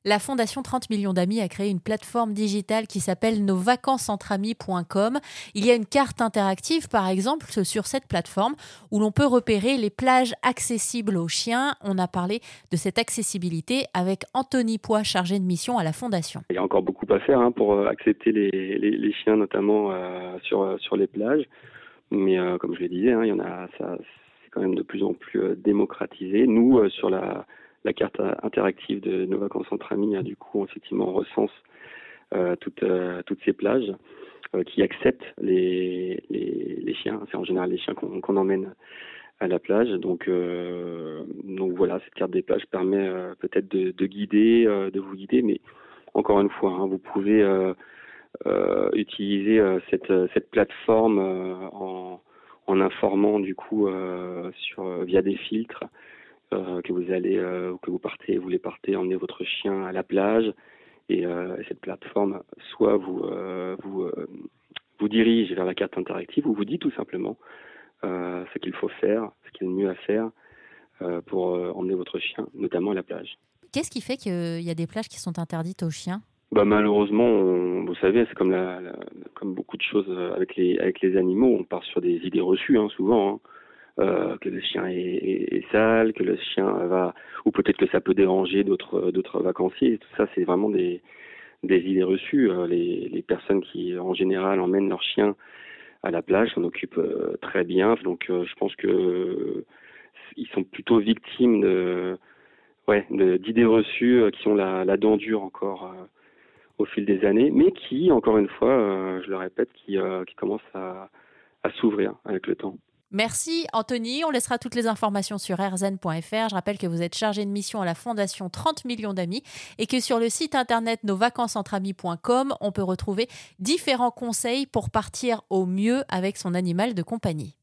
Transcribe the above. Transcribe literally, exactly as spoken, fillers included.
La Fondation trente millions d'amis a créé une plateforme digitale qui s'appelle nos vacances entre amis point com. Il y a une carte interactive, par exemple, sur cette plateforme où l'on peut repérer les plages accessibles aux chiens. On a parlé de cette accessibilité avec Anthony Poix, chargé de mission à la Fondation. Il y a encore beaucoup à faire hein, pour accepter les, les, les chiens, notamment euh, sur, sur les plages. Mais euh, comme je le disais, hein, il y en a, ça, c'est quand même de plus en plus euh, démocratisé. Nous, euh, sur la La carte interactive de nos vacances entre amis, du coup, effectivement, on recense euh, toutes, euh, toutes ces plages euh, qui acceptent les, les, les chiens. C'est en général les chiens qu'on, qu'on emmène à la plage. Donc, euh, donc voilà, cette carte des plages permet euh, peut-être de, de guider, euh, de vous guider, mais encore une fois, hein, vous pouvez euh, euh, utiliser euh, cette, cette plateforme euh, en, en informant du coup euh, sur via des filtres. Euh, que vous allez, euh, que vous partez, vous les partez, emmener votre chien à la plage et euh, cette plateforme soit vous euh, vous euh, vous dirige vers la carte interactive ou vous dit tout simplement euh, ce qu'il faut faire, ce qu'il est le mieux à faire euh, pour euh, emmener votre chien, notamment à la plage. Qu'est-ce qui fait qu'il y a des plages qui sont interdites aux chiens ? Bah malheureusement, on, vous savez, c'est comme la, la, comme beaucoup de choses avec les avec les animaux, on part sur des idées reçues hein, souvent. Hein. Euh, que le chien est, est, est sale, que le chien va, ou peut-être que ça peut déranger d'autres d'autres vacanciers. Tout ça, c'est vraiment des, des idées reçues. Euh, les, les personnes qui, en général, emmènent leurs chiens à la plage s'en occupent euh, très bien. Donc, euh, je pense que euh, ils sont plutôt victimes de, ouais, de, d'idées reçues euh, qui ont la, la dent dure encore euh, au fil des années, mais qui, encore une fois, euh, je le répète, qui, euh, qui commencent à, à s'ouvrir avec le temps. Merci Anthony, on laissera toutes les informations sur r zen point f r. Je rappelle que vous êtes chargé de mission à la Fondation trente millions d'amis et que sur le site internet nos vacances entre amis point com, on peut retrouver différents conseils pour partir au mieux avec son animal de compagnie.